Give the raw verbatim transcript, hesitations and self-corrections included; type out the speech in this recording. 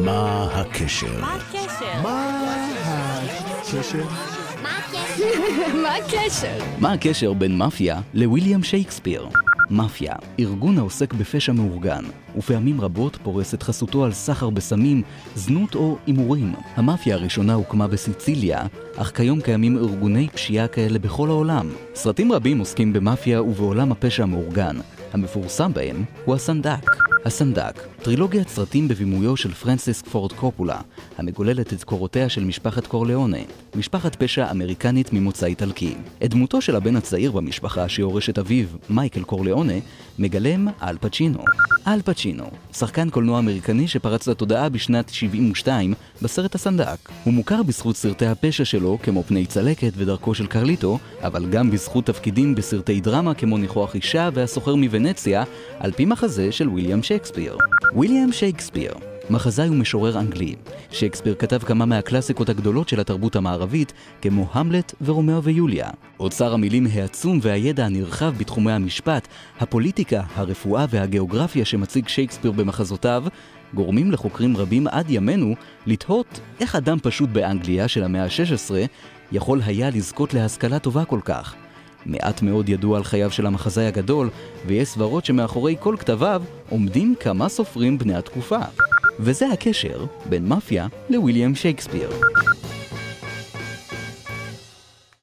מה הקשר? מה הקשר? מה הקשר? מה הקשר? מה הקשר בין מאפיה לוויליאם שייקספיר? מאפיה, ארגון העוסק בפשע מאורגן, ופעמים רבות פורס את חסותו על סחר בסמים, זנות או אימורים. המאפיה הראשונה הוקמה בסיציליה, אך כיום קיימים ארגוני פשיעה כאלה בכל העולם. סרטים רבים עוסקים במאפיה ובעולם הפשע המאורגן. המפורסם בהם הוא הסנדק. הסנדק, טרילוגיית סרטים בבימויו של פרנסיס פורד קופולה, המגוללת את קורותיה של משפחת קורליאונה, משפחת פשע אמריקנית ממוצא איטלקי. את דמותו של הבן הצעיר במשפחה שיורש את אביו, מייקל קורליאונה, מגלם אל פצ'ינו. אל פצ'ינו, שחקן קולנוע אמריקני שפרץ לתודעה בשנת שבעים ושתיים בסרט הסנדק. הוא מוכר בזכות סרטי הפשע שלו כמו פני צלקת ודרכו של קרליטו, אבל גם בזכות תפקידים בסרטי דרמה כמו ניחוח אישה והסוחר מוונציה, על פי מחזה של וויליאם שייקספיר. וויליאם שייקספיר, מחזאי ומשורר אנגלי. שייקספיר כתב כמה מהקלאסיקות הגדולות של התרבות המערבית, כמו המלט ורומאו ויוליה. אוצר המילים העצום והידע הנרחב בתחומי המשפט, הפוליטיקה, הרפואה והגיאוגרפיה שמציג שייקספיר במחזותיו, גורמים לחוקרים רבים עד ימינו לתהות איך אדם פשוט באנגליה של המאה ה-שש עשרה יכול היה לזכות להשכלה טובה כל כך. מעט מאוד ידוע על חייו של המחזאי הגדול, ויש סברות שמאחורי כל כתביו עומדים כמה סופרים בני התקופה. וזה הקשר בין מאפיה לוויליאם שייקספיר.